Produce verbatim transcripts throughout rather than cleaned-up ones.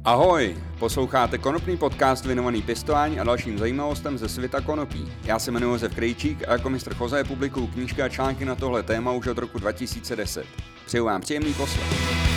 Ahoj, posloucháte konopný podcast věnovaný pěstování a dalším zajímavostem ze světa konopí. Já se jmenuji Josef Krejčík a jako mistr Choze publikuju knížky a články na tohle téma už od roku dva tisíce deset. Přeju vám příjemný poslech.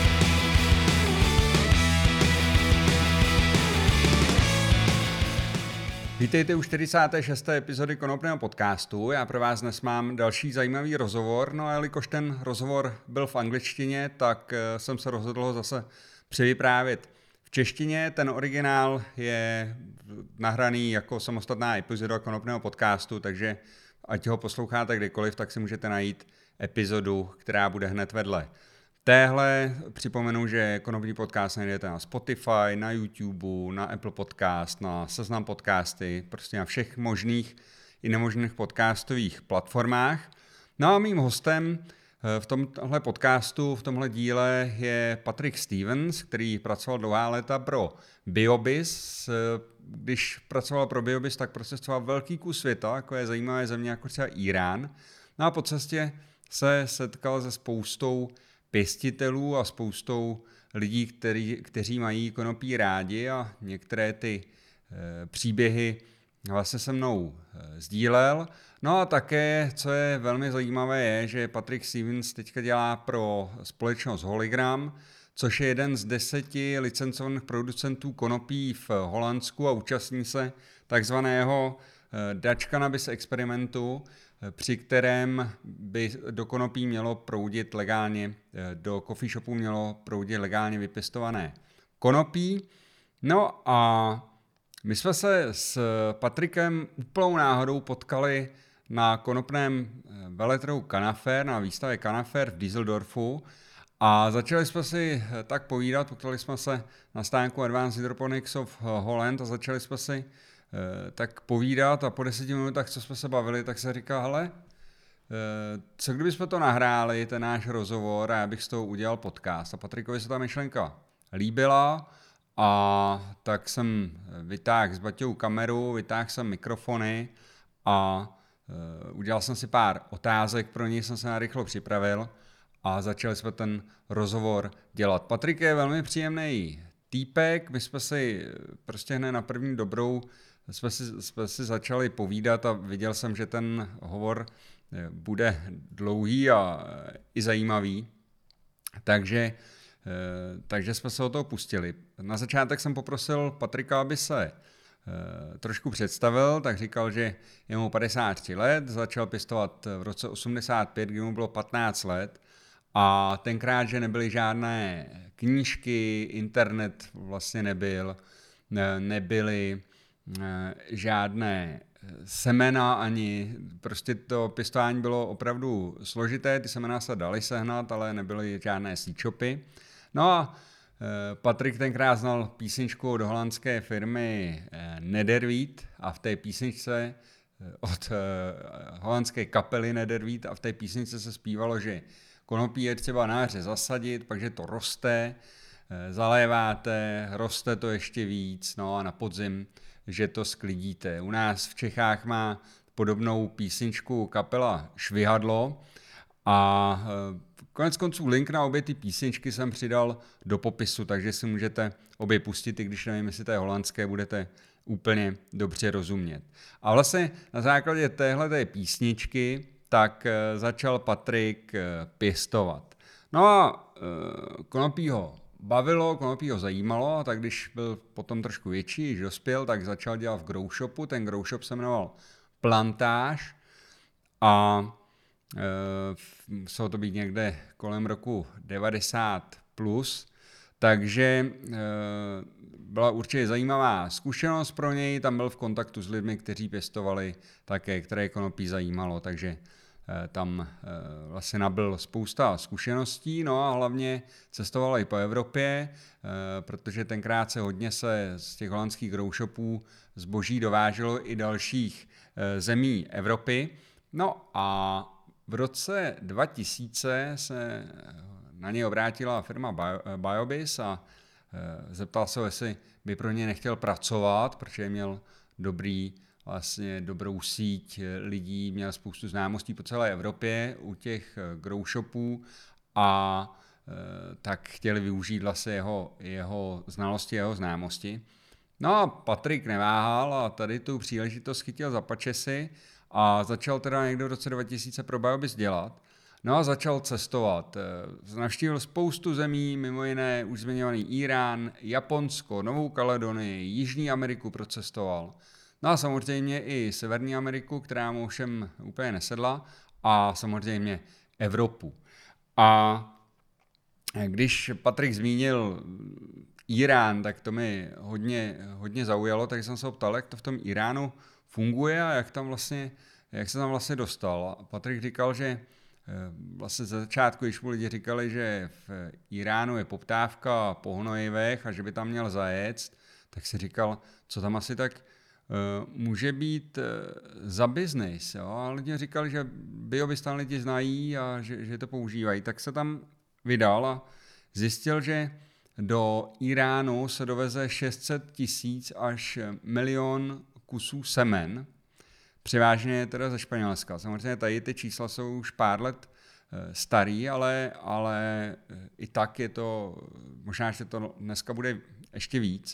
Vítejte u čtyřicáté šesté epizody konopného podcastu. Já pro vás dnes mám další zajímavý rozhovor, no a jelikož ten rozhovor byl v angličtině, tak jsem se rozhodl ho zase převyprávět v češtině. Ten originál je nahraný jako samostatná epizoda konopného podcastu, takže ať ho posloucháte kdekoliv, tak si můžete najít epizodu, která bude hned vedle téhle. Připomenu, že konopný podcast najdete na Spotify, na YouTube, na Apple Podcast, na Seznam podcasty, prostě na všech možných i nemožných podcastových platformách. No a mým hostem v tomhle podcastu, v tomhle díle je Patrick Stevens, který pracoval dlouhá léta pro Biobis. Když pracoval pro Biobis, tak procestoval velký kus světa, jako je zajímavé země jako třeba Irán. No a po cestě se setkal se spoustou pěstitelů a spoustou lidí, který, kteří mají konopí rádi a některé ty e, příběhy vlastně se mnou e, sdílel. No a také, co je velmi zajímavé, je, že Patrick Stevens teďka dělá pro společnost Holigram, což je jeden z deseti licencovaných producentů konopí v Holandsku a účastní se takzvaného Dutch Cannabis experimentu, při kterém by do konopí mělo proudit legálně, do coffee shopů mělo proudit legálně vypěstované konopí. No a my jsme se s Patrickem úplnou náhodou potkali na konopném veletrhu Canafair, na výstavě Canafair v Düsseldorfu a začali jsme si tak povídat, potkali jsme se na stánku Advanced Hydroponics of Holland a začali jsme si tak povídat a po deseti minutách, co jsme se bavili, tak se říká, hele, co kdybychom to nahráli, ten náš rozhovor, a já bych z toho udělal podcast. A Patrikovi se ta myšlenka líbila a tak jsem vytáhl s Baťou kameru, vytáhl jsem mikrofony a udělal jsem si pár otázek, pro něj jsem se narychlo připravil a začali jsme ten rozhovor dělat. Patrik je velmi příjemný týpek, my jsme si prostě hned na první dobrou jsme si, jsme si začali povídat a viděl jsem, že ten hovor bude dlouhý a i zajímavý, takže, takže jsme se o toho pustili. Na začátek jsem poprosil Patrika, aby se trošku představil, tak říkal, že je mu padesát tři let, začal pěstovat v roce osmdesát pět, kdy mu bylo patnáct let a tenkrát, že nebyly žádné knížky, internet vlastně nebyl, nebyly žádné semena ani, prostě to pěstování bylo opravdu složité, ty semena se daly sehnat, ale nebyly žádné seedshopy. No a Patrik tenkrát znal písničku od holandské firmy Nederweed a v té písničce od holandské kapely Nederweed a v té písničce se zpívalo, že konopí je třeba na jaře zasadit, pak že to roste, zaléváte, roste to ještě víc, no a na podzim, že to sklidíte. U nás v Čechách má podobnou písničku kapela Švihadlo a konec konců link na obě ty písničky jsem přidal do popisu, takže si můžete obě pustit, i když nevím, jestli to je holandské, budete úplně dobře rozumět. A vlastně na základě téhleté písničky tak začal Patrik pěstovat. No a konopí ho bavilo, konopí ho zajímalo, tak když byl potom trošku větší, když dospěl, tak začal dělat v grow shopu. Ten grow shop se jmenoval Plantáž a e, muselo to být někde kolem roku devadesát plus, takže e, byla určitě zajímavá zkušenost pro něj, tam byl v kontaktu s lidmi, kteří pěstovali také, které konopí zajímalo, takže tam vlastně nabyl spousta zkušeností, no a hlavně cestoval i po Evropě, protože tenkrát se hodně se z těch holandských grow shopů zboží dováželo i dalších zemí Evropy. No a v roce dva tisíce se na něj obrátila firma Biobis a zeptal se, jestli by pro ně nechtěl pracovat, protože měl dobrý vlastně dobrou síť lidí, měl spoustu známostí po celé Evropě u těch grow shopů a tak chtěli využít vlastně jeho, jeho znalosti, jeho známosti. No a Patrik neváhal a tady tu příležitost chytil za pačesy a začal teda někdo v roce dva tisíce pro BioBiz dělat. No a začal cestovat. Navštívil spoustu zemí, mimo jiné už zmiňovaný Irán, Japonsko, Novou Kaledonii, Jižní Ameriku procestoval. No a samozřejmě i Severní Ameriku, která mu všem úplně nesedla, a samozřejmě Evropu. A když Patrik zmínil Irán, tak to mi hodně, hodně zaujalo, tak jsem se ho ptal, jak to v tom Iránu funguje a jak, tam vlastně, jak se tam vlastně dostal. A Patrik říkal, že vlastně ze začátku, když mu lidi říkali, že v Iránu je poptávka po hnojivech a že by tam měl zajet, tak si říkal, co tam asi tak uh, může být uh, za biznis. Jo? A lidi říkali, že BioBiz tam lidi znají a že, že to používají. Tak se tam vydal a zjistil, že do Iránu se doveze šest set tisíc až milion kusů semen, převážně teda ze Španělska. Samozřejmě tady ty čísla jsou už pár let starý, ale, ale i tak je to, možná, že to dneska bude ještě víc.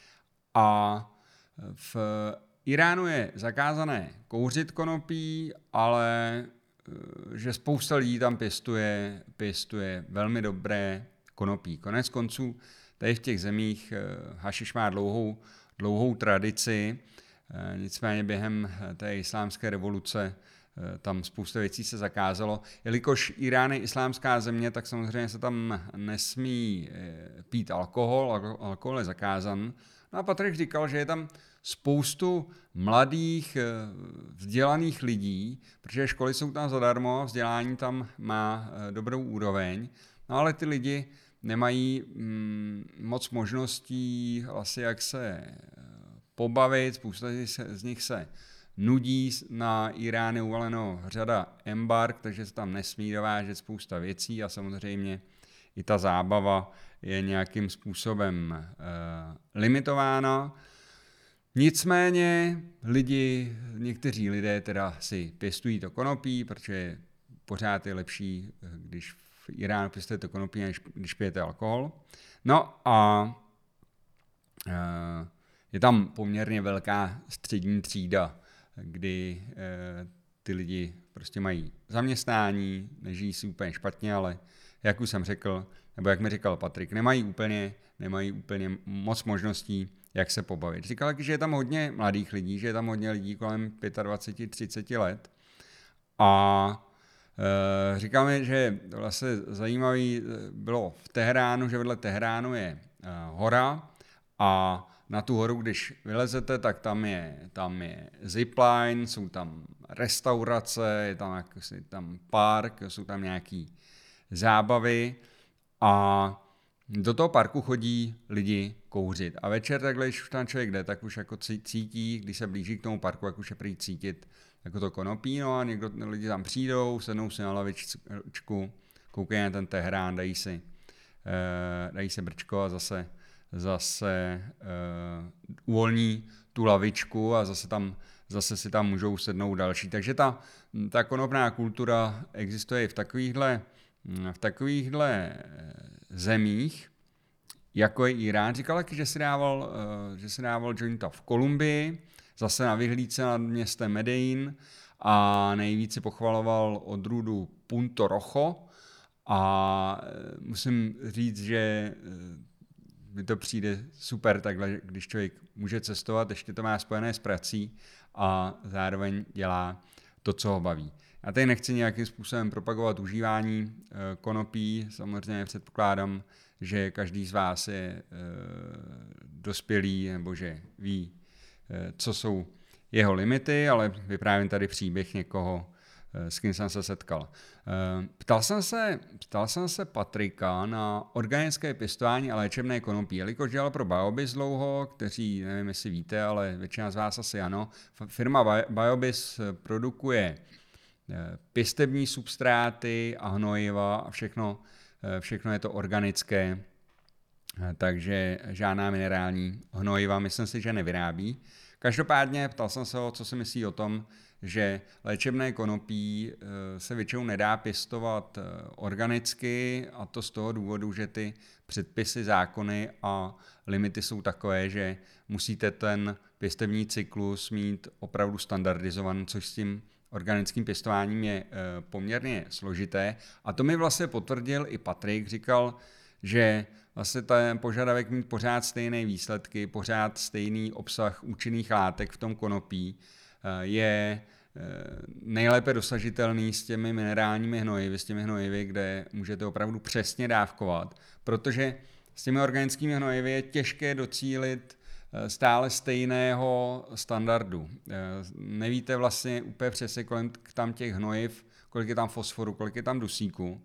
A v Iránu je zakázané kouřit konopí, ale že spousta lidí tam pěstuje, pěstuje velmi dobré konopí. Konec konců tady v těch zemích hašiš má dlouhou, dlouhou tradici, nicméně během té islámské revoluce tam spousta věcí se zakázalo. Jelikož Irán je islámská země, tak samozřejmě se tam nesmí pít alkohol, alkohol je zakázan. No a Patrik říkal, že je tam spoustu mladých, vzdělaných lidí, protože školy jsou tam zadarmo, vzdělání tam má dobrou úroveň, no ale ty lidi nemají mm, moc možností vlastně jak se pobavit, spousta z nich se nudí, na Irán je uvaleno řada embarg, takže se tam nesmí dovážet spousta věcí a samozřejmě i ta zábava je nějakým způsobem eh, limitována. Nicméně lidi, někteří lidé teda si pěstují to konopí, protože pořád je lepší, když v Iránu pěstujete konopí, než když pijete alkohol. No a eh, je tam poměrně velká střední třída, kdy eh, ty lidi prostě mají zaměstnání, nežijí si úplně špatně, ale jak už jsem řekl, nebo jak mi říkal Patrik, nemají úplně, nemají úplně moc možností, jak se pobavit. Říkal, že je tam hodně mladých lidí, že je tam hodně lidí kolem dvacet pět třicet let a e, říkal mi, že vlastně zajímavý bylo v Teheránu, že vedle Teheránu je e, hora a na tu horu, když vylezete, tak tam je, tam je zipline, jsou tam restaurace, je tam, jaký, tam park, jsou tam nějaký zábavy a do toho parku chodí lidi kouřit. A večer takhle, když už tam člověk jde, tak už jako cítí, když se blíží k tomu parku, jak už je prý cítit jako to konopí, no a někdo, lidi tam přijdou, sednou si na lavičku, koukají na ten Teherán, dají si, dají si brčko a zase zase uh, uvolní tu lavičku a zase, tam, zase si tam můžou sednout další. Takže ta, ta konopná kultura existuje i v takovýchhle, v takovýchhle zemích, jako je Irán. Říkal, že si dával, uh, že si dával jointa v Kolumbii, zase na vyhlídce nad městem Medellín a nejvíce pochvaloval odrůdu Punto Rojo a musím říct, že mi to přijde super takhle, když člověk může cestovat, ještě to má spojené s prací a zároveň dělá to, co ho baví. Já tady nechci nějakým způsobem propagovat užívání e, konopí, samozřejmě předpokládám, že každý z vás je e, dospělý nebo že ví, e, co jsou jeho limity, ale vyprávím tady příběh někoho, s kým jsem se setkal. Ptal jsem se, ptal jsem se Patrika na organické pěstování a léčebné konopí, jelikož dělal pro BioBiz dlouho, kteří, nevím, jestli víte, ale většina z vás asi ano. Firma BioBiz produkuje pěstební substráty a hnojiva a všechno, všechno je to organické, takže žádná minerální hnojiva, myslím si, že nevyrábí. Každopádně ptal jsem se ho, co si myslí o tom, že léčebné konopí se většinou nedá pěstovat organicky, a to z toho důvodu, že ty předpisy, zákony a limity jsou takové, že musíte ten pěstební cyklus mít opravdu standardizovaný, což s tím organickým pěstováním je poměrně složité. A to mi vlastně potvrdil i Patrik, říkal, že vlastně ten požadavek mít pořád stejné výsledky, pořád stejný obsah účinných látek v tom konopí je nejlépe dosažitelný s těmi minerálními hnojivy, s těmi hnojivy, kde můžete opravdu přesně dávkovat, protože s těmi organickými hnojivy je těžké docílit stále stejného standardu. Nevíte vlastně úplně přesně, kolik tam těch hnojiv, kolik je tam fosforu, kolik je tam dusíku.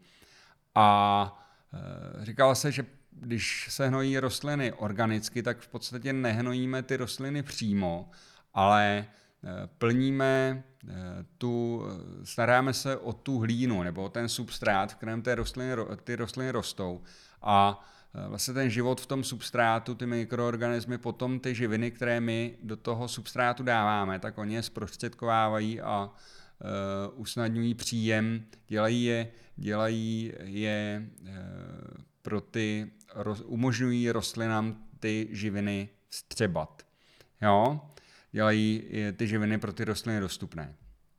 A říkalo se, že když se hnojí rostliny organicky, tak v podstatě nehnojíme ty rostliny přímo, ale plníme tu, staráme se o tu hlínu nebo o ten substrát, v kterém ty rostliny, ty rostliny rostou. A vlastně ten život v tom substrátu, ty mikroorganismy, potom ty živiny, které my do toho substrátu dáváme, tak oni je zprostředkovávají a uh, usnadňují příjem, dělají je, dělají je uh, pro ty, roz, umožňují rostlinám ty živiny vstřebat. Jo? Dělají ty živiny pro ty rostliny dostupné.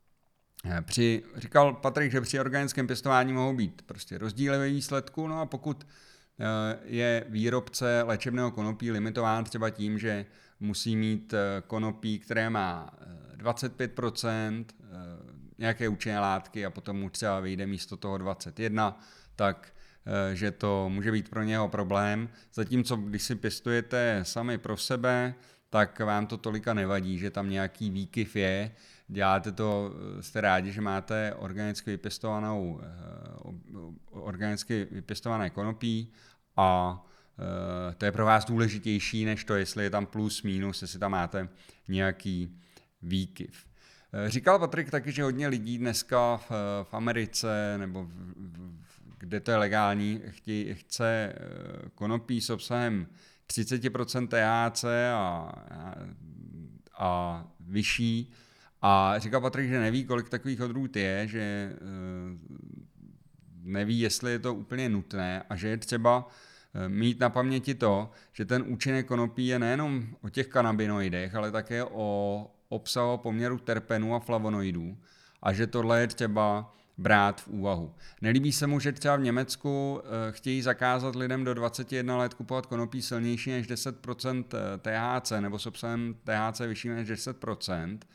Při, říkal Patrik, že při organickém pěstování mohou být prostě rozdíly ve výsledku, no a pokud je výrobce léčebného konopí limitován třeba tím, že musí mít konopí, které má dvacet pět procent nějaké účinné látky a potom mu třeba vyjde místo toho dvacet jedna, tak že to může být pro něho problém. Zatímco když si pěstujete sami pro sebe, tak vám to tolika nevadí, že tam nějaký výkyv je. Děláte to, jste rádi, že máte organicky vypěstovanou, organicky vypěstované konopí a to je pro vás důležitější, než to, jestli je tam plus, minus, jestli tam máte nějaký výkyv. Říkal Patrik taky, že hodně lidí dneska v, v Americe nebo v, v, kde to je legální, chtí, chce konopí s obsahem třicet procent T H C a, a, a vyšší. A říkal Patrik, že neví, kolik takových odrůd je, že neví, jestli je to úplně nutné a že je třeba mít na paměti to, že ten účinek konopí je nejenom o těch kanabinoidech, ale také o obsahu poměru terpenů a flavonoidů a že tohle je třeba brát v úvahu. Nelíbí se mu, že třeba v Německu chtějí zakázat lidem do dvacet jedna let kupovat konopí silnější než deset procent T H C nebo s obsahem T H C vyšší než deset procent,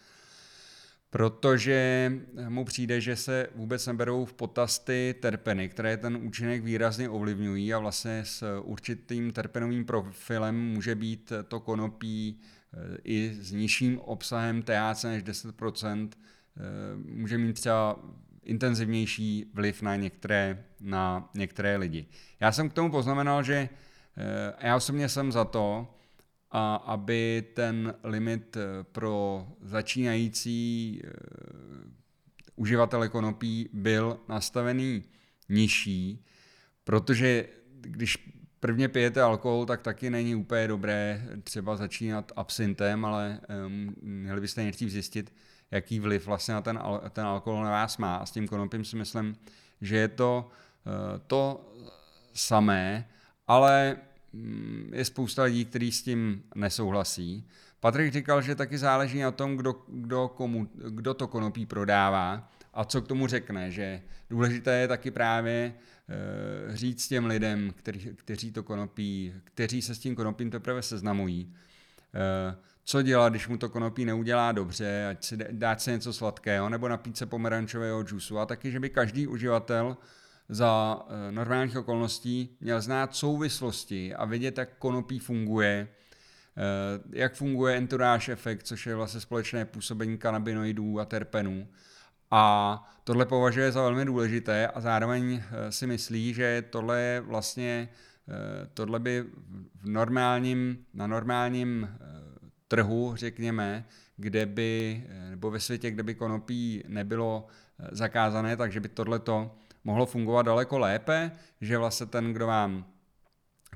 protože mu přijde, že se vůbec neberou v potaz ty terpeny, které ten účinek výrazně ovlivňují a vlastně s určitým terpenovým profilem může být to konopí i s nižším obsahem T H C než deset procent, může mít třeba intenzivnější vliv na některé, na některé lidi. Já jsem k tomu poznamenal, že já osobně jsem za to, a aby ten limit pro začínající uživatele konopí byl nastavený nižší, protože když prvně pijete alkohol, tak taky není úplně dobré třeba začínat absintem, ale měli byste nejdřív zjistit, jaký vliv vlastně na ten, ten alkohol na vás má. A s tím konopím si myslím, že je to to samé, ale je spousta lidí, kteří s tím nesouhlasí. Patrik říkal, že taky záleží na tom, kdo, kdo, komu, kdo to konopí prodává a co k tomu řekne, že důležité je taky právě e, říct těm lidem, kteří, kteří to konopí, kteří se s tím konopím teprve seznamují, e, co dělat, když mu to konopí neudělá dobře, ať si dát si něco sladkého nebo napít se pomerančového džusu a taky, že by každý uživatel za normálních okolností měl znát souvislosti a vědět, jak konopí funguje, jak funguje entourage efekt, což je vlastně společné působení kanabinoidů a terpenů. A tohle považuje za velmi důležité a zároveň si myslí, že tohle je vlastně, tohle by v normálním, na normálním trhu, řekněme, kde by, nebo ve světě, kde by konopí nebylo zakázané, takže by tohleto mohlo fungovat daleko lépe, že vlastně ten, kdo vám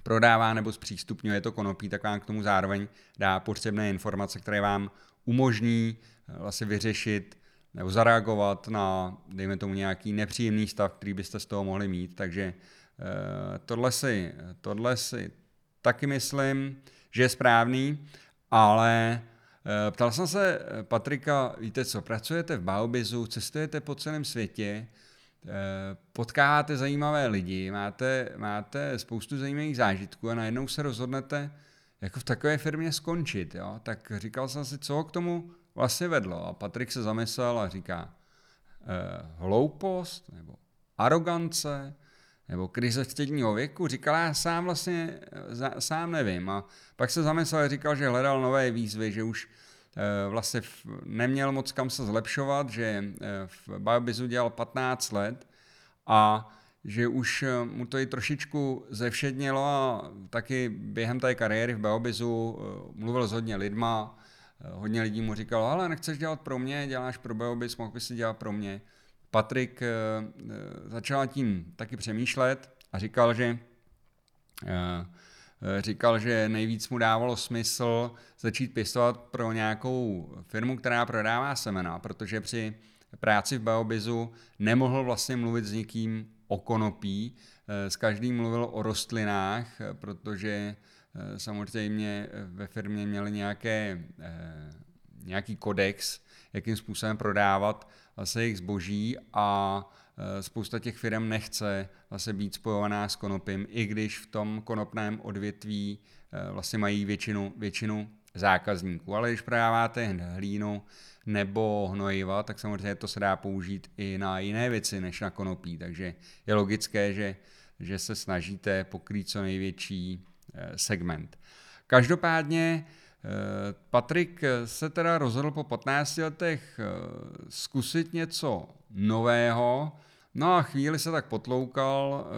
prodává nebo zpřístupňuje to konopí, tak vám k tomu zároveň dá potřebné informace, které vám umožní vlastně vyřešit nebo zareagovat na, dejme tomu, nějaký nepříjemný stav, který byste z toho mohli mít. Takže tohle si, tohle si taky myslím, že je správný, ale ptal jsem se Patrika, víte co, pracujete v Biobizu, cestujete po celém světě, potkáváte zajímavé lidi, máte, máte spoustu zajímavých zážitků a najednou se rozhodnete jako v takové firmě skončit. Jo? Tak říkal jsem si, co k tomu vlastně vedlo. A Patrik se zamyslel a říká, eh, hloupost nebo arogance nebo krize středního věku. Říkal, já sám vlastně sám nevím. A pak se zamyslel a říkal, že hledal nové výzvy, že už vlastně neměl moc kam se zlepšovat, že v Biobizu dělal patnáct let a že už mu to i trošičku zevšednilo a taky během té kariéry v Biobizu mluvil s hodně lidma, hodně lidí mu říkalo, ale nechceš dělat pro mě, děláš pro Biobiz, mohl by si dělat pro mě. Patrik začal tím taky přemýšlet a říkal, že Říkal, že nejvíc mu dávalo smysl začít pěstovat pro nějakou firmu, která prodává semena, protože při práci v Biobizu nemohl vlastně mluvit s nikým o konopí, s každým mluvil o rostlinách, protože samozřejmě ve firmě měli nějaké, nějaký kodex, jakým způsobem prodávat vlastně jejich zboží a spousta těch firm nechce vlastně být spojovaná s konopím, i když v tom konopném odvětví vlastně mají většinu, většinu zákazníků. Ale když prodáváte hlínu nebo hnojiva, tak samozřejmě to se dá použít i na jiné věci než na konopí. Takže je logické, že, že se snažíte pokrýt co největší segment. Každopádně Patrik se teda rozhodl po patnácti letech zkusit něco nového, no a chvíli se tak potloukal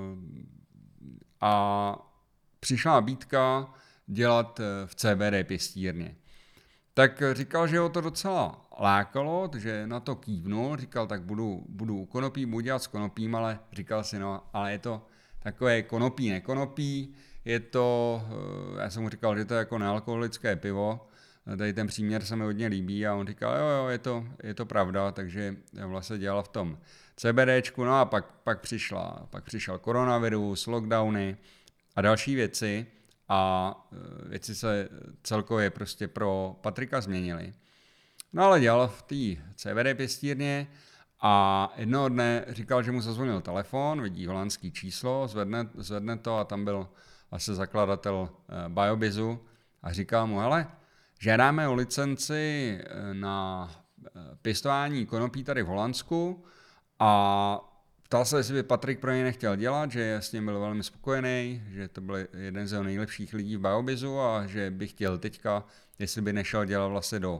a přišla nabídka dělat v C B D pěstírně. Tak říkal, že ho to docela lákalo, že na to kývnul, říkal, tak budu, budu u konopí, budu dělat s konopím, ale říkal si, no, ale je to takové konopí, nekonopí, je to, já jsem mu říkal, že to je jako nealkoholické pivo, tady ten příměr se mi hodně líbí a on říkal, jo, jo, je to, je to pravda, takže vlastně dělal v tom CBDčku, no a pak, pak, přišla, pak přišel koronavirus, lockdowny a další věci a věci se celkově prostě pro Patrika změnily. No ale dělal v té C B D pěstírně a jednoho dne říkal, že mu zazvonil telefon, vidí holandský číslo, zvedne, zvedne to a tam byl asi zakladatel Biobizu a říkal mu, hele, žádáme o licenci na pěstování konopí tady v Holandsku a ptal se, jestli by Patrik pro něj nechtěl dělat, že s ním byl velmi spokojený, že to byl jeden z jeho nejlepších lidí v Biobizu a že by chtěl teďka, jestli by nešel dělat vlastně do,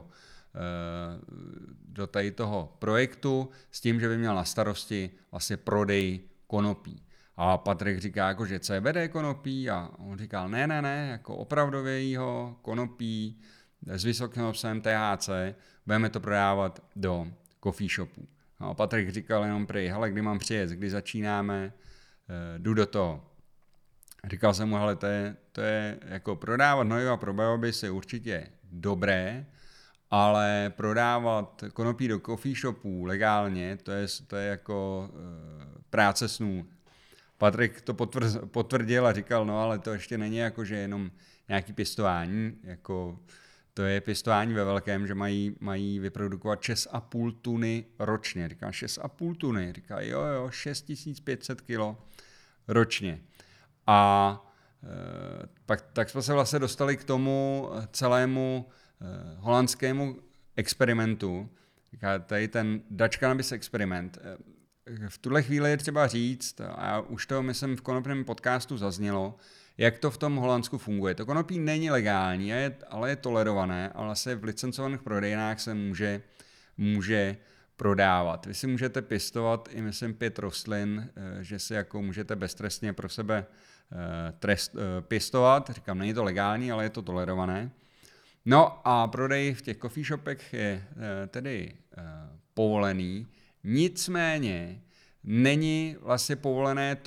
do tady toho projektu s tím, že by měl na starosti vlastně prodej konopí. A Patrik říká, jako, že C B D konopí a on říkal, ne, ne, ne, jako opravdovějího konopí s vysokým obsahem T H C, budeme to prodávat do coffee shopů. A Patrik říkal jenom prý, hele, kdy mám přijet, kdy začínáme, jdu do toho. Říkal jsem mu, hele, to je, to je jako prodávat hnojiva pro Biobiz je určitě dobré, ale prodávat konopí do coffee shopů legálně, to je, to je jako práce snů. Patrik to potvrdil a říkal, no ale to ještě není jako, že jenom nějaký pěstování, jako to je pěstování ve velkém, že mají, mají vyprodukovat šest a půl tuny ročně. Říká šest a půl tuny, říká jo jo, šest tisíc pět set kilo ročně. A e, pak tak jsme se vlastně dostali k tomu celému e, holandskému experimentu. Říká tady ten Dutch Cannabis experiment. E, v tuhle chvíli je třeba říct, a už to myslím v konopném podcastu zaznělo, jak to v tom Holandsku funguje. To konopí není legální, je, ale je tolerované a vlastně v licencovaných prodejnách se může, může prodávat. Vy si můžete pěstovat i myslím pět rostlin, že si jako můžete beztrestně pro sebe trest, pěstovat. Říkám, není to legální, ale je to tolerované. No a prodej v těch coffee shopech je tedy povolený, nicméně není vlastně povolené to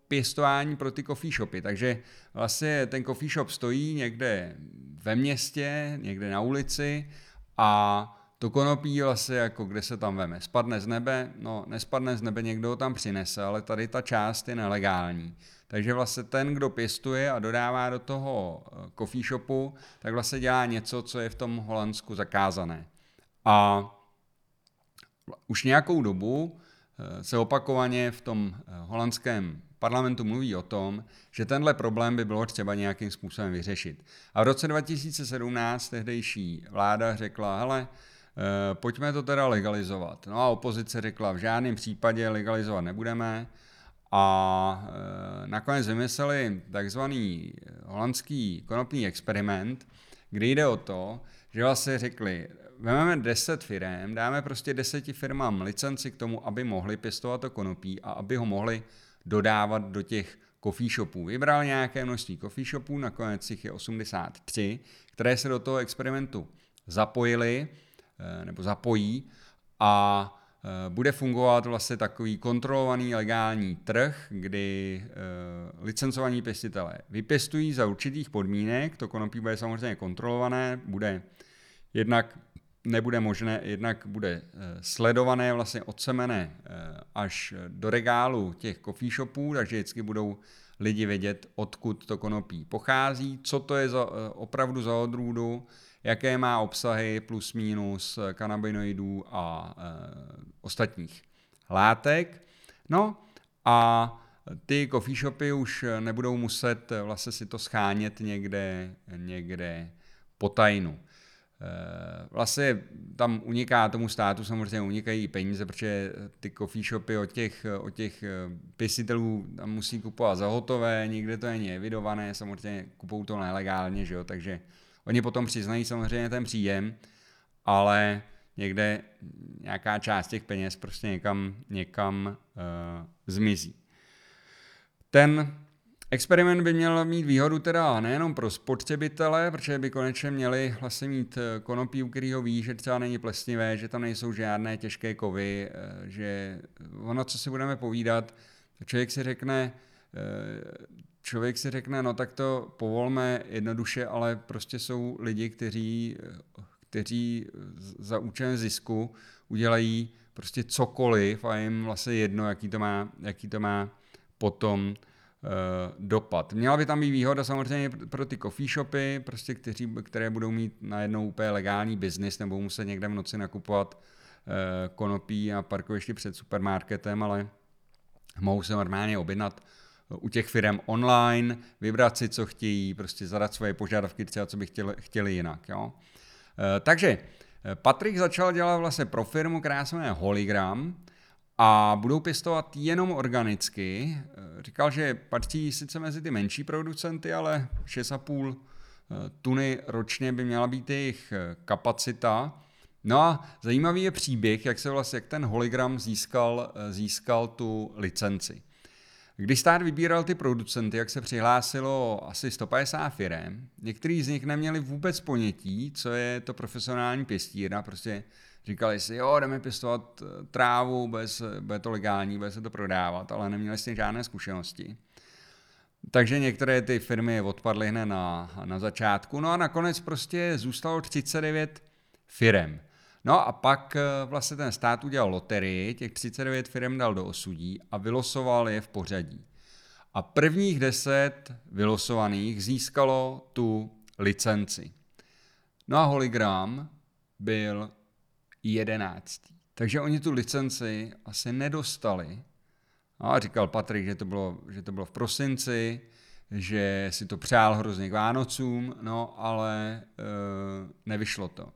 pěstování pro ty coffee shopy. Takže vlastně ten coffee shop stojí někde ve městě, někde na ulici a to konopí vlastně jako kde se tam veme. Spadne z nebe? No nespadne z nebe, někdo ho tam přinese, ale tady ta část je nelegální. Takže vlastně ten, kdo pěstuje a dodává do toho coffee shopu, tak vlastně dělá něco, co je v tom Holandsku zakázané. A už nějakou dobu se opakovaně v tom holandském parlamentu mluví o tom, že tenhle problém by bylo třeba nějakým způsobem vyřešit. A v roce dva tisíce sedmnáct tehdejší vláda řekla, hele, pojďme to teda legalizovat. No a opozice řekla, v žádném případě legalizovat nebudeme. A nakonec vymysleli takzvaný holandský konopný experiment, kde jde o to, že vlastně řekli, vezmeme deset firem, dáme prostě deseti firmám licenci k tomu, aby mohli pěstovat to konopí a aby ho mohli dodávat do těch coffee shopů. Vybral nějaké množství coffee shopů, nakonec jich je osmdesát tři, které se do toho experimentu zapojili nebo zapojí a bude fungovat vlastně takový kontrolovaný legální trh, kdy uh, licencovaní pěstitelé vypěstují za určitých podmínek, to konopí bude samozřejmě kontrolované, bude jednak nebude možné, jednak bude uh, sledované, vlastně odsemené uh, až do regálu těch coffee shopů, takže vždycky budou lidi vědět, odkud to konopí pochází, co to je za, uh, opravdu za odrůdu, jaké má obsahy plus minus kanabinoidů a e, ostatních látek. No a ty coffee shopy už nebudou muset vlastně si to schánět někde, někde po tajnu. E, vlastně tam uniká tomu státu, samozřejmě unikají peníze, protože ty coffee shopy od těch, od těch pěstitelů tam musí kupovat za hotové, nikde to není evidované, samozřejmě kupují to nelegálně, že jo, takže oni potom přiznají samozřejmě ten příjem, ale někde nějaká část těch peněz prostě někam, někam uh, zmizí. Ten experiment by měl mít výhodu teda nejenom pro spotřebitele, protože by konečně měli vlastně mít konopí, u kterého ví, že třeba není plesnivé, že tam nejsou žádné těžké kovy, že ono, co si budeme povídat, člověk si řekne, Člověk si řekne, no tak to povolme jednoduše, ale prostě jsou lidi, kteří, kteří za účelem zisku udělají prostě cokoliv a jim vlastně jedno, jaký to má, jaký to má potom uh, dopad. Měla by tam být výhoda samozřejmě pro ty coffee shopy, prostě kteří, které budou mít najednou úplně legální biznis nebo muset někde v noci nakupovat uh, konopí a parkoviště před supermarketem, ale mohou se normálně objednat u těch firem online, vybrat si, co chtějí, prostě zadat svoje požadavky, třeba co by chtěli, chtěli jinak. Jo. E, takže Patrik začal dělat vlastně pro firmu, která se jmenuje Holigram a budou pěstovat jenom organicky. E, říkal, že patří sice mezi ty menší producenty, ale šest a půl tuny ročně by měla být jejich kapacita. No a zajímavý je příběh, jak se vlastně jak ten Holigram získal, získal tu licenci. Když stát vybíral ty producenty, jak se přihlásilo asi sto padesát firem, některý z nich neměli vůbec ponětí, co je to profesionální pěstírna, prostě říkali si, jo, jdeme pěstovat trávu, bez, bude to legální, bude se to prodávat, ale neměli s tím žádné zkušenosti. Takže některé ty firmy odpadly hned na, na začátku, no a nakonec prostě zůstalo třicet devět firem. No a pak vlastně ten stát udělal loterii, těch třicet devět firem dal do osudí a vylosoval je v pořadí. A prvních deset vylosovaných získalo tu licenci. No a Holigram byl jedenáctý. Takže oni tu licenci asi nedostali. No a říkal Patrik, že to bylo, že to bylo v prosinci, že si to přál hrozně k Vánocům, no ale e, nevyšlo to.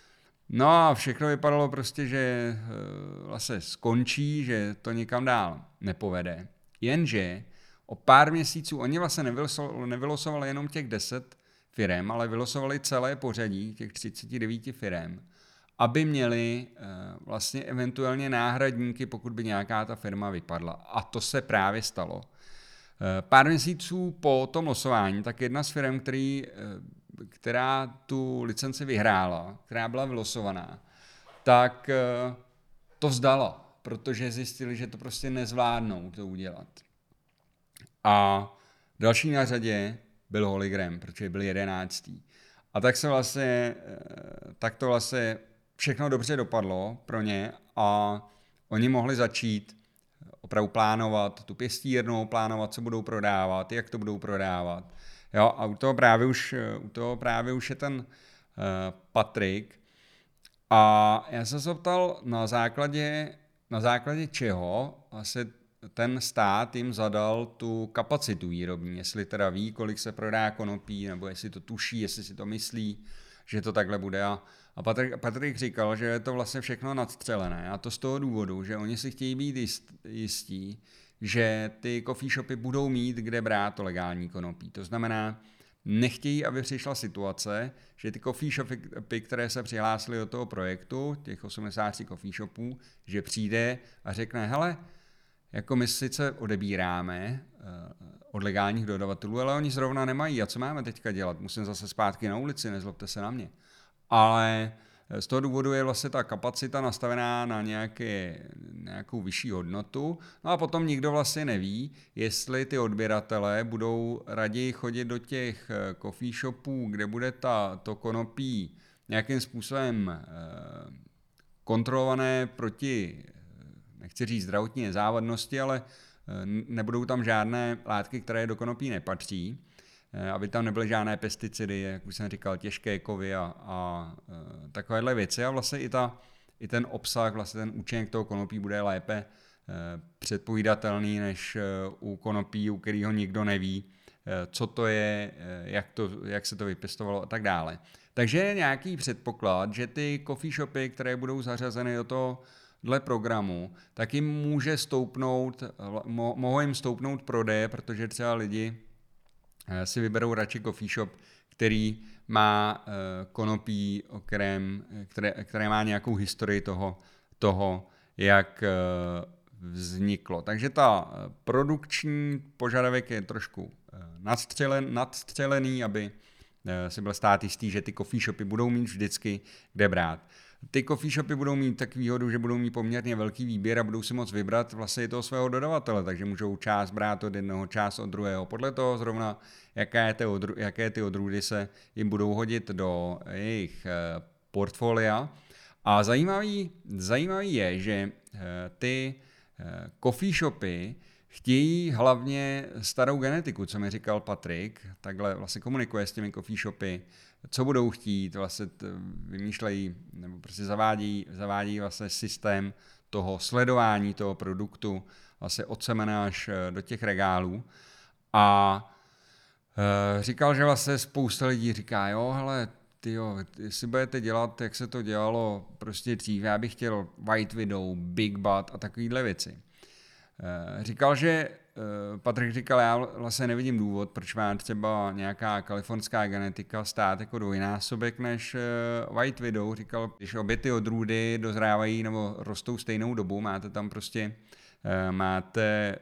No a všechno vypadalo prostě, že vlastně skončí, že to nikam dál nepovede. Jenže o pár měsíců, oni vlastně nevylosovali jenom těch deset firem, ale vylosovali celé pořadí těch třicet devět firem, aby měli vlastně eventuálně náhradníky, pokud by nějaká ta firma vypadla. A to se právě stalo. Pár měsíců po tom losování, tak jedna z firem, který která tu licenci vyhrála, která byla vylosovaná, tak to vzdala, protože zjistili, že to prostě nezvládnou to udělat. A další na řadě byl Hologram, protože byl jedenáctý. A tak se vlastně, tak to vlastně všechno dobře dopadlo pro ně a oni mohli začít opravdu plánovat tu pěstírnu, plánovat, co budou prodávat, jak to budou prodávat. Jo, a u toho právě už, u toho právě už je ten uh, Patrik. A já jsem se ptal, na základě, na základě čeho vlastně ten stát jim zadal tu kapacitu výrobní, jestli teda ví, kolik se prodá konopí, nebo jestli to tuší, jestli si to myslí, že to takhle bude. A, a Patrik, Patrik říkal, že je to vlastně všechno nadstřelené. A to z toho důvodu, že oni si chtějí být jist, jistí, že ty coffee shopy budou mít kde brát to legální konopí. To znamená, nechtějí, aby přišla situace, že ty coffee shopy, které se přihlásily do toho projektu, těch osmdesát tři coffee shopů, že přijde a řekne, hele, jako my sice odebíráme uh, od legálních dodavatelů, ale oni zrovna nemají. A co máme teďka dělat? Musím zase zpátky na ulici, nezlobte se na mě. Ale z toho důvodu je vlastně ta kapacita nastavená na nějaké, nějakou vyšší hodnotu. No a potom nikdo vlastně neví, jestli ty odběratelé budou raději chodit do těch coffee shopů, kde bude ta, to konopí nějakým způsobem uh, kontrolované proti, nechci říct zdravotní nezávadnosti, ale nebudou tam žádné látky, které do konopí nepatří, aby tam nebyly žádné pesticidy, jak už jsem říkal, těžké kovy a, a takovéhle věci. A vlastně i, ta, i ten obsah, vlastně ten účinek toho konopí bude lépe předpovídatelný než u konopí, u kterého nikdo neví, co to je, jak, to, jak se to vypěstovalo a tak dále. Takže je nějaký předpoklad, že ty coffee shopy, které budou zařazeny do toho dle programu, tak jim může stoupnout, mo, mohou jim stoupnout prodeje, protože třeba lidi si vyberou radši coffee shop, který má konopí, o kterém, které, které má nějakou historii toho, toho, jak vzniklo. Takže ta produkční požadavek je trošku nadstřelen, nadstřelený, aby si byl stát jistý, že ty coffee shopy budou mít vždycky kde brát. Ty coffee shopy budou mít tak výhodu, že budou mít poměrně velký výběr a budou si moct vybrat vlastně toho svého dodavatele, takže můžou část brát od jednoho, část od druhého. Podle toho zrovna, jaké ty, odrů, jaké ty odrůdy se jim budou hodit do jejich portfolia. A zajímavý, zajímavý je, že ty coffee shopy chtějí hlavně starou genetiku, co mi říkal Patrik, takhle vlastně komunikuje s těmi coffee shopy, co budou chtít, vlastně vymýšlejí, nebo prostě zavádí, zavádí vlastně systém toho sledování toho produktu vlastně od semena až do těch regálů. A e, říkal, že vlastně spousta lidí říká, jo, hele, tyjo, jestli budete dělat, jak se to dělalo prostě dřív, já bych chtěl White Widow, Big Bud a takovýhle věci. Říkal, že Patrik říkal, já vlastně nevidím důvod, proč má třeba nějaká kalifornská genetika stát jako dvojnásobek než White Widow. Říkal, když obě ty odrůdy dozrávají nebo rostou stejnou dobu, máte tam prostě, máte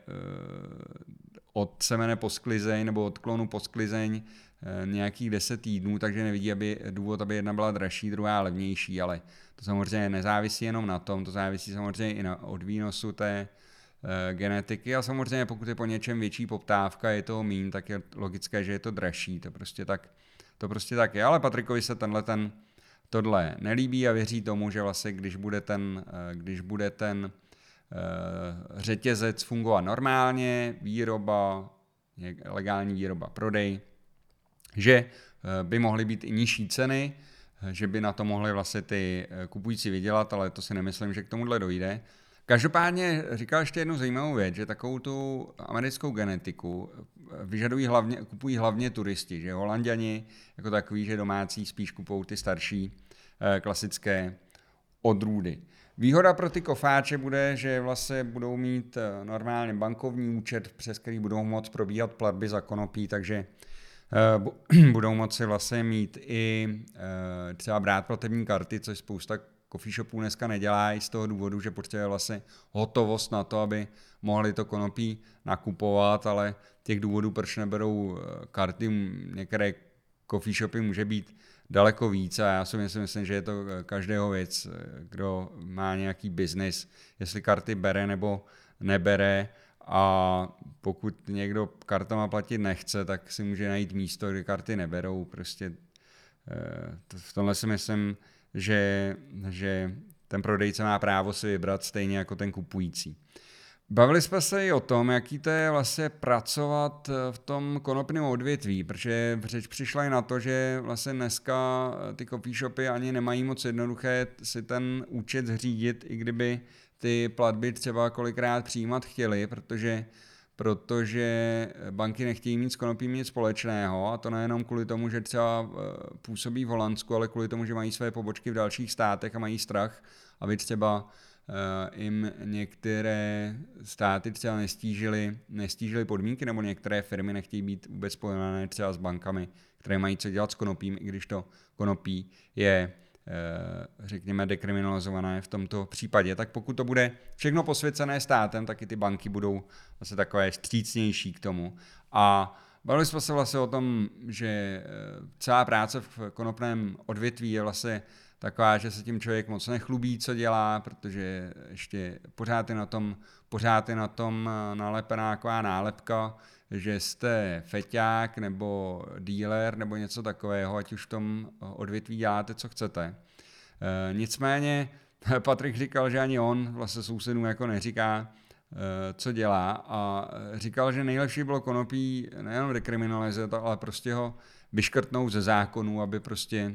od semene po sklizeň nebo od klonu po sklizeň nějakých deset týdnů, takže nevidí aby, důvod, aby jedna byla dražší, druhá levnější, ale to samozřejmě nezávisí jenom na tom, to závisí samozřejmě i na, od výnosu té genetiky a samozřejmě pokud je po něčem větší poptávka, je toho míň, tak je logické, že je to dražší, to prostě tak, to prostě tak je, ale Patrikovi se tenhle ten, tohle nelíbí a věří tomu, že vlastně když bude ten, když bude ten uh, řetězec fungovat normálně, výroba, legální výroba, prodej, že uh, by mohly být i nižší ceny, že by na to mohli vlastně ty kupující vydělat, ale to si nemyslím, že k tomuhle dojde. Každopádně říkal ještě jednu zajímavou věc, že takovou tu americkou genetiku vyžadují hlavně, kupují hlavně turisti, že Holanďani jako takový, že domácí spíš kupují ty starší klasické odrůdy. Výhoda pro ty kofáče bude, že vlastně budou mít normálně bankovní účet, přes který budou moct probíhat platby za konopí, takže budou moci vlastně mít i třeba brát platební karty, což spousta coffee shopů dneska nedělá i z toho důvodu, že potřebuje vlastně hotovost na to, aby mohli to konopí nakupovat, ale těch důvodů, proč neberou karty, některé coffee shopy může být daleko víc a já si myslím, že je to každého věc, kdo má nějaký biznis, jestli karty bere nebo nebere a pokud někdo kartama platit nechce, tak si může najít místo, kde karty neberou. Prostě v tomhle si myslím, že, že ten prodejce má právo si vybrat stejně jako ten kupující. Bavili jsme se i o tom, jaký to je vlastně pracovat v tom konopném odvětví, protože řeč přišla i na to, že vlastně dneska ty coffee shopy ani nemají moc jednoduché si ten účet zřídit, i kdyby ty platby třeba kolikrát přijímat chtěli, protože protože banky nechtějí mít s konopím nic společného, a to nejenom kvůli tomu, že třeba působí v Holandsku, ale kvůli tomu, že mají své pobočky v dalších státech a mají strach, aby třeba jim některé státy třeba nestížily, nestížily podmínky, nebo některé firmy nechtějí být vůbec spojené třeba s bankami, které mají co dělat s konopím, i když to konopí je, řekněme, dekriminalizované v tomto případě. Tak pokud to bude všechno posvěcené státem, tak i ty banky budou vlastně takové vstřícnější k tomu. A bavili jsme se vlastně o tom, že celá práce v konopném odvětví je vlastně taková, že se tím člověk moc nechlubí, co dělá, protože ještě pořád je na tom, pořád je na tom nalepená taková nálepka, že jste feťák nebo dealer nebo něco takového, ať už v tom odvětví děláte, co chcete. E, nicméně Patrik říkal, že ani on vlastně sousedům jako neříká, e, co dělá, a říkal, že nejlepší bylo konopí nejenom dekriminalizovat, ale prostě ho vyškrtnout ze zákonů, aby prostě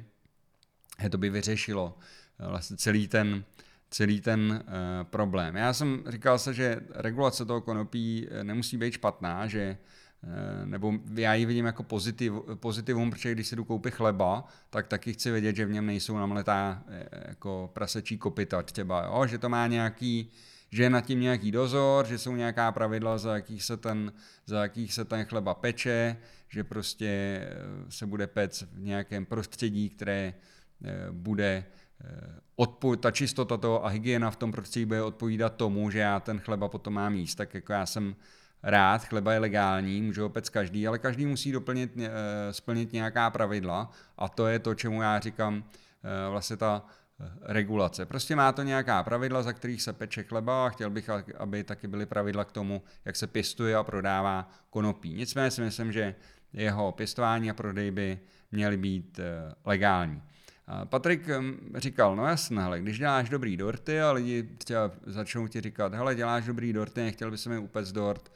to by vyřešilo vlastně celý ten, celý ten uh, problém. Já jsem říkal se, že regulace toho konopí nemusí být špatná, že uh, nebo já ji vidím jako pozitiv, pozitivum, protože když si jdu koupit chleba, tak taky chci vědět, že v něm nejsou namletá jako prasečí kopyta třeba, jo? Že to má nějaký, že je nad tím nějaký dozor, že jsou nějaká pravidla, za jakých se ten, za jakých se ten chleba peče, že prostě se bude péct v nějakém prostředí, které bude odpo- ta čistota toho a hygiena v tom prostředí bude odpovídat tomu, že já ten chleba potom mám jíst. Tak jako já jsem rád, chleba je legální, může ho péct každý, ale každý musí doplnit, splnit nějaká pravidla, a to je to, čemu já říkám vlastně ta regulace. Prostě má to nějaká pravidla, za kterých se peče chleba, a chtěl bych, aby taky byly pravidla k tomu, jak se pěstuje a prodává konopí. Nicméně si myslím, že jeho pěstování a prodej by měly být legální. Patrik říkal, no jasně, hele, když děláš dobrý dorty a lidi třeba začnou ti říkat, hele, děláš dobrý dorty, nechtěl by se mi upéct dort,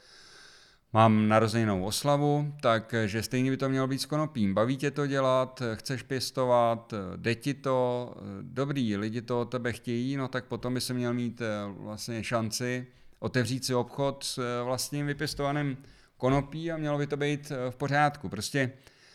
mám narozeninovou oslavu, takže stejně by to mělo být s konopím. Baví tě to dělat, chceš pěstovat, jde ti to, dobrý, lidi to od tebe chtějí, no tak potom by se měl mít vlastně šanci otevřít si obchod s vlastním vypěstovaným konopí a mělo by to být v pořádku. Prostě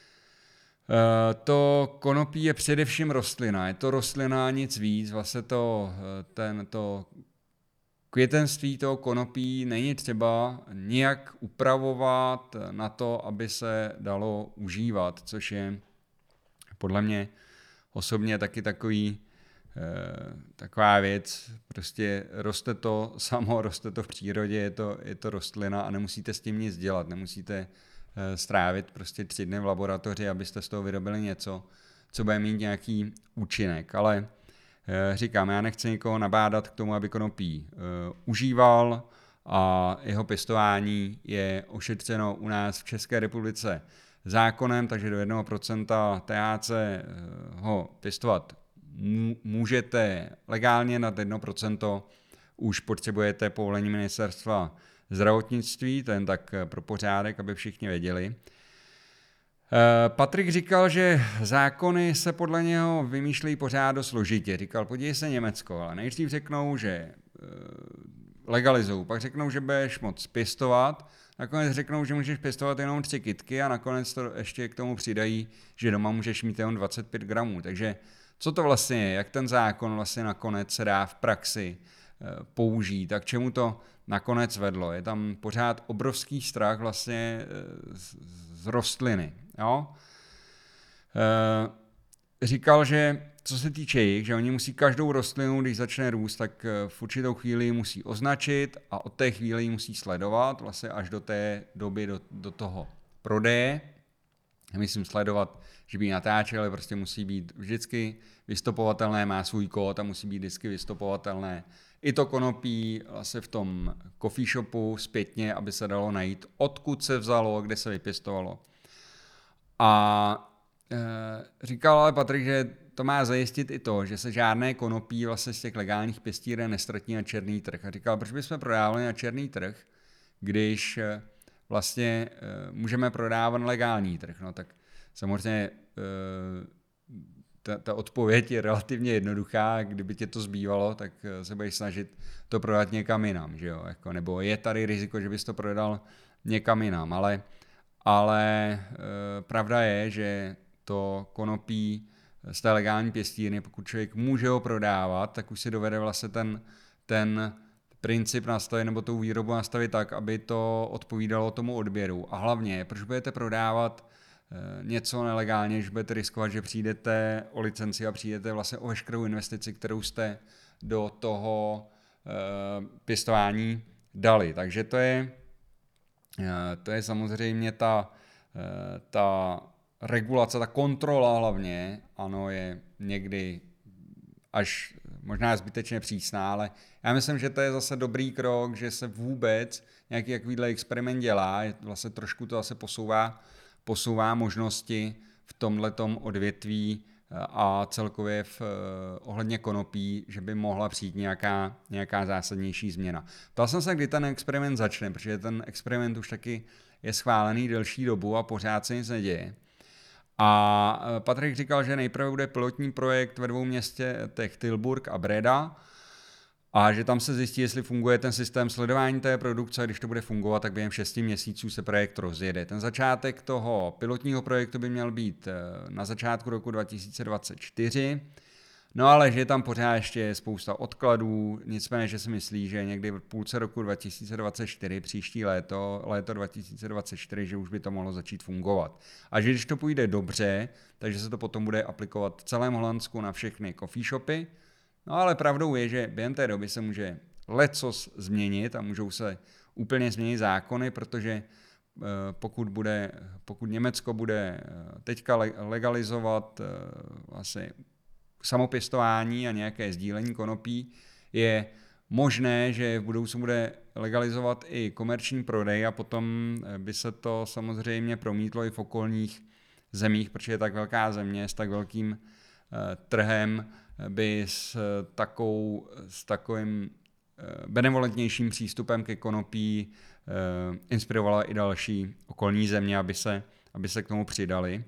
to konopí je především rostlina, je to rostlina, nic víc, vlastně to, ten, to květenství toho konopí není třeba nijak upravovat na to, aby se dalo užívat, což je podle mě osobně taky takový, taková věc, prostě roste to samo, roste to v přírodě, je to, je to rostlina a nemusíte s tím nic dělat, nemusíte strávit prostě tři dny v laboratoři, abyste z toho vyrobili něco, co bude mít nějaký účinek. Ale říkám, já nechci nikoho nabádat k tomu, aby konopí uh, užíval, a jeho pěstování je ošetřeno u nás v České republice zákonem, takže do jednoho procenta T H C ho pěstovat můžete legálně, nad jedno procento už potřebujete povolení ministerstva zdravotnictví, to jen tak pro pořádek, aby všichni věděli. Patrik říkal, že zákony se podle něho vymýšlejí pořád dost složitě. Říkal, podívej se Německo, ale nejdřív řeknou, že legalizují, pak řeknou, že budeš moc pěstovat, nakonec řeknou, že můžeš pěstovat jenom tři kytky a nakonec to ještě k tomu přidají, že doma můžeš mít jenom dvacet pět gramů. Takže co to vlastně je, jak ten zákon vlastně nakonec se dá v praxi použít a k čemu to nakonec vedlo. Je tam pořád obrovský strach vlastně z, z rostliny. Jo? E, říkal, že co se týče jich, že oni musí každou rostlinu, když začne růst, tak v určitou chvíli ji musí označit a od té chvíli ji musí sledovat vlastně až do té doby, do, do toho prodeje. nemyslím sledovat, že by ji natáčel, ale prostě musí být vždycky vystopovatelné, má svůj kód a musí být vždycky vystopovatelné. I to konopí vlastně v tom coffee shopu zpětně, aby se dalo najít, odkud se vzalo, kde se vypěstovalo. A e, říkal ale Patrik, že to má zajistit i to, že se žádné konopí vlastně z těch legálních pěstíren nestratí na černý trh. A říkal, proč bychom prodávali na černý trh, když e, vlastně e, můžeme prodávat na legální trh. No tak samozřejmě e, ta, ta odpověď je relativně jednoduchá, kdyby tě to zbývalo, tak se budeš snažit to prodat někam jinam, že jo? Jako, nebo je tady riziko, že bys to prodal někam jinam, ale, ale e, pravda je, že to konopí z té legální pěstírny, pokud člověk může ho prodávat, tak už si dovede vlastně ten, ten princip nastavit nebo tu výrobu nastavit tak, aby to odpovídalo tomu odběru. A hlavně, proč budete prodávat něco nelegálně, že budete riskovat, že přijdete o licenci a přijdete vlastně o veškerou investici, kterou jste do toho uh, pěstování dali. Takže to je, uh, to je samozřejmě ta, uh, ta regulace, ta kontrola hlavně, ano, je někdy až možná zbytečně přísná, ale já myslím, že to je zase dobrý krok, že se vůbec nějaký takovýhle experiment dělá, vlastně trošku to zase posouvá posouvá možnosti v tomhletom odvětví a celkově v ohledně konopí, že by mohla přijít nějaká, nějaká zásadnější změna. Ptal jsem se, kdy ten experiment začne, protože ten experiment už taky je schválený delší dobu a pořád se nic neděje. A Patrik říkal, že nejprve bude pilotní projekt ve dvou městech Tilburg a Breda, a že tam se zjistí, jestli funguje ten systém sledování té produkce, a když to bude fungovat, tak během šesti měsíců se projekt rozjede. Ten začátek toho pilotního projektu by měl být na začátku roku dva tisíce dvacet čtyři, no ale že je tam pořád ještě spousta odkladů, nicméně, že si myslí, že někdy v půlce roku dva tisíce dvacet čtyři, příští léto, léto dva tisíce dvacet čtyři, že už by to mohlo začít fungovat. A že když to půjde dobře, takže se to potom bude aplikovat v celém Holandsku na všechny coffee shopy. No ale pravdou je, že během té doby se může lecos změnit a můžou se úplně změnit zákony, protože pokud, bude, pokud Německo bude teďka legalizovat vlastně samopěstování a nějaké sdílení konopí, je možné, že v budoucnu bude legalizovat i komerční prodej a potom by se to samozřejmě promítlo i v okolních zemích, protože je tak velká země s tak velkým trhem, by s, takou, s takovým benevolentnějším přístupem ke konopí inspirovala i další okolní země, aby se, aby se k tomu přidali.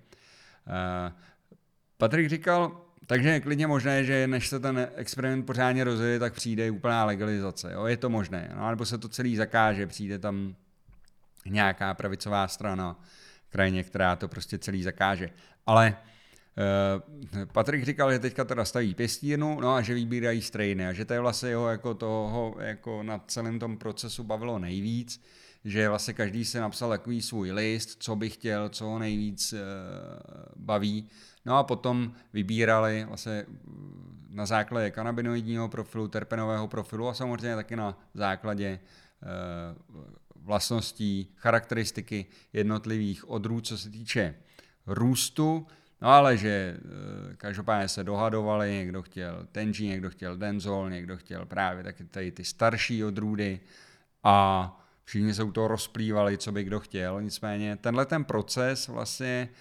Patrik říkal, takže je klidně možné, že než se ten experiment pořádně rozjede, tak přijde úplná legalizace. Jo? Je to možné. No, nebo se to celý zakáže, přijde tam nějaká pravicová strana krajině, která to prostě celý zakáže. Ale Uh, Patrik říkal, že teďka teda staví pěstírnu, no a že vybírají strainy a že to je vlastně jeho jako toho jako na celém tom procesu bavilo nejvíc, že vlastně každý si napsal takový svůj list, co by chtěl, co ho nejvíc uh, baví, no a potom vybírali vlastně na základě kanabinoidního profilu, terpenového profilu a samozřejmě taky na základě uh, vlastností, charakteristiky jednotlivých odrůd, co se týče růstu. No ale že každopádně se dohadovali, někdo chtěl Tenji, někdo chtěl Denzol, někdo chtěl právě taky tady ty starší odrůdy a všichni se u toho rozplývali, co by kdo chtěl. Nicméně tenhle ten proces vlastně e,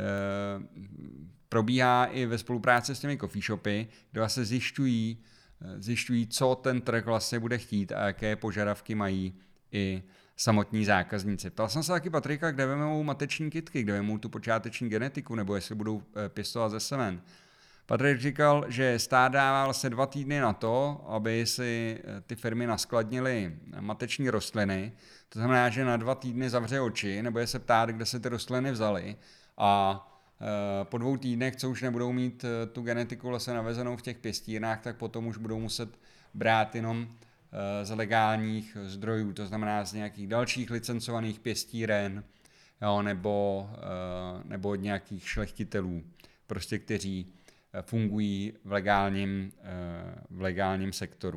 probíhá i ve spolupráci s těmi coffee shopy, kde vlastně zjišťují, zjišťují, co ten trh vlastně bude chtít a jaké požadavky mají i samotní zákazníci. Ptal jsem se taky Patrika, kde vemou mateční kytky, kde vemou tu počáteční genetiku, nebo jestli budou pěstovat ze semen. Patrik říkal, že stát dává vlastně dva týdny na to, aby si ty firmy naskladnily mateční rostliny. To znamená, že na dva týdny zavře oči, nebo je se ptát, kde se ty rostliny vzaly. A po dvou týdnech, co už nebudou mít tu genetiku vlastně navezenou v těch pěstírnách, tak potom už budou muset brát jenom z legálních zdrojů, to znamená z nějakých dalších licencovaných pěstíren, jo, nebo, nebo od nějakých šlechtitelů, prostě kteří fungují v legálním, v legálním sektoru.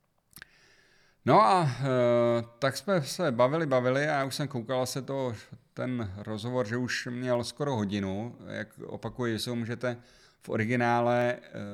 No a tak jsme se bavili, bavili a já už jsem koukal se to ten rozhovor, že už měl skoro hodinu, jak opakuji, si ho můžete v originále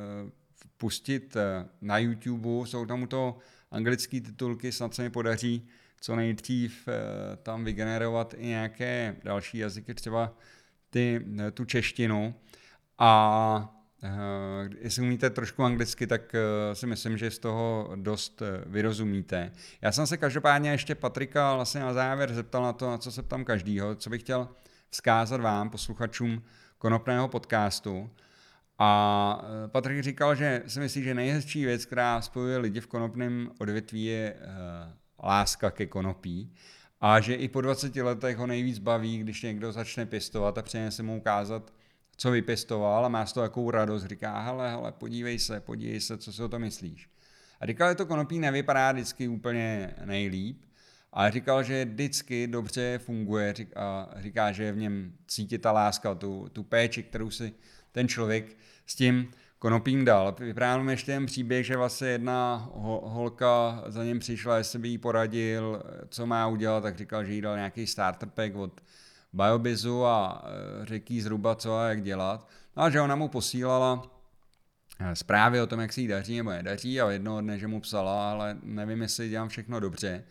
pustit na YouTube, jsou tam to anglické titulky, snad se mi podaří co nejdřív tam vygenerovat i nějaké další jazyky, třeba ty, tu češtinu. A Uh, jestli umíte trošku anglicky, tak uh, si myslím, že z toho dost uh, vyrozumíte. Já jsem se každopádně ještě Patrika vlastně na závěr zeptal na to, na co se ptám každýho, co bych chtěl vzkázat vám, posluchačům Konopného podcastu. A uh, Patrik říkal, že si myslí, že nejhezčí věc, která spojuje lidi v konopném odvětví, je uh, láska ke konopí. A že i po dvaceti letech ho nejvíc baví, když někdo začne pěstovat a přinese mu ukázat, co vypěstoval a má z toho takovou radost. Říká, hele, hele, podívej se, podívej se, co si o to myslíš. A říkal, že to konopí nevypadá vždycky úplně nejlíp, ale říkal, že vždycky dobře funguje a říká, že je v něm cítit ta láska, tu, tu péči, kterou si ten člověk s tím konopím dal. Vyprávěl mi ještě ten příběh, že vlastně jedna holka za něm přišla, jestli by jí poradil, co má udělat, tak říkal, že jí dal nějaký starter pack od Biobizu a řekl jí zhruba co a jak dělat. No a že ona mu posílala zprávy o tom, jak se jí daří nebo nedaří a jednoho dne, že mu psala, ale nevím, jestli dělám všechno dobře.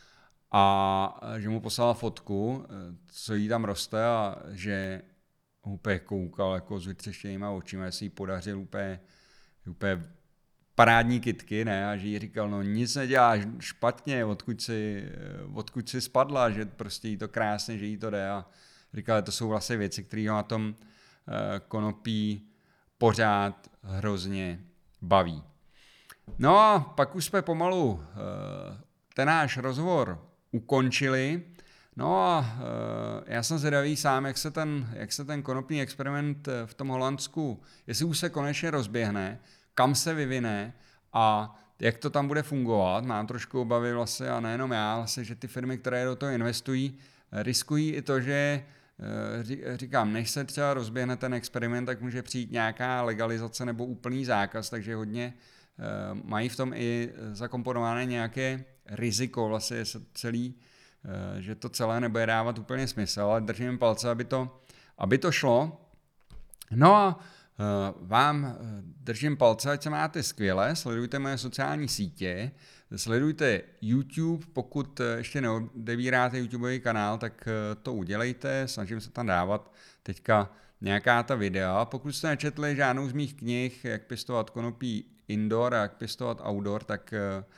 A že mu poslala fotku, co jí tam roste a že úplně koukal jako s vytřeštěnýma očima, jestli jí podařil úplně, úplně parádní kytky, ne, a že jí říkal, no nic neděláš špatně, odkud si, odkud si spadla, že prostě jí to krásně, že jí to jde a říkal, že to jsou vlastně věci, které ho na tom uh, konopí pořád hrozně baví. No a pak už jsme pomalu uh, ten náš rozhovor ukončili, no a uh, já jsem zvědavý sám, jak se ten, jak se ten konopný experiment v tom Holandsku, jestli už se konečně rozběhne, kam se vyvine a jak to tam bude fungovat. Mám trošku obavy vlastně, a nejenom já, vlastně, že ty firmy, které do toho investují, riskují i to, že říkám, než se třeba rozběhne ten experiment, tak může přijít nějaká legalizace nebo úplný zákaz, takže hodně mají v tom i zakomponované nějaké riziko, vlastně se celý, že to celé nebude dávat úplně smysl, ale držím palce, aby to, aby to šlo. No a vám držím palce, ať se máte skvěle, sledujte moje sociální sítě, sledujte YouTube, pokud ještě neodebíráte YouTubeový kanál, tak to udělejte, snažím se tam dávat teďka nějaká ta videa. Pokud jste nečetli žádnou z mých knih, jak pěstovat konopí indoor a jak pěstovat outdoor, tak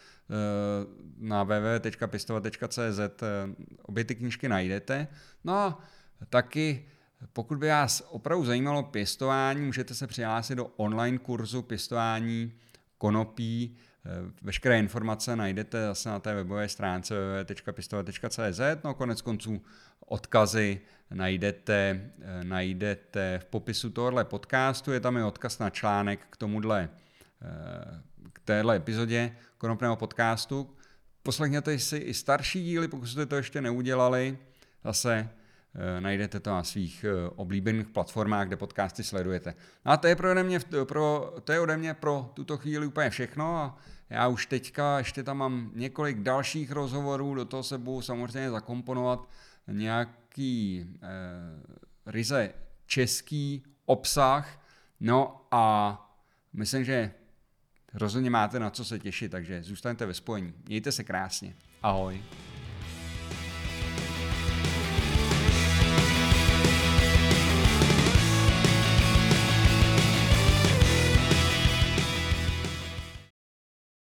na w w w tečka pěstovat tečka c z obě ty knížky najdete. No a taky pokud by vás opravdu zajímalo pěstování, můžete se přihlásit do online kurzu pěstování konopí. Veškeré informace najdete zase na té webové stránce w w w tečka pěstovat tečka c z. No konec konců odkazy najdete, najdete v popisu tohohle podcastu. Je tam i odkaz na článek k tomuhle, k téhle epizodě Konopného podcastu. Poslechněte si i starší díly, pokud jste to ještě neudělali. Zase najdete to na svých oblíbených platformách, kde podcasty sledujete. No a to je, pro ode mě, pro, to je ode mě pro tuto chvíli úplně všechno a já už teďka ještě tam mám několik dalších rozhovorů, do toho se budu samozřejmě zakomponovat nějaký eh, ryze český obsah, no a myslím, že rozhodně máte na co se těšit, takže zůstaňte ve spojení. Mějte se krásně. Ahoj.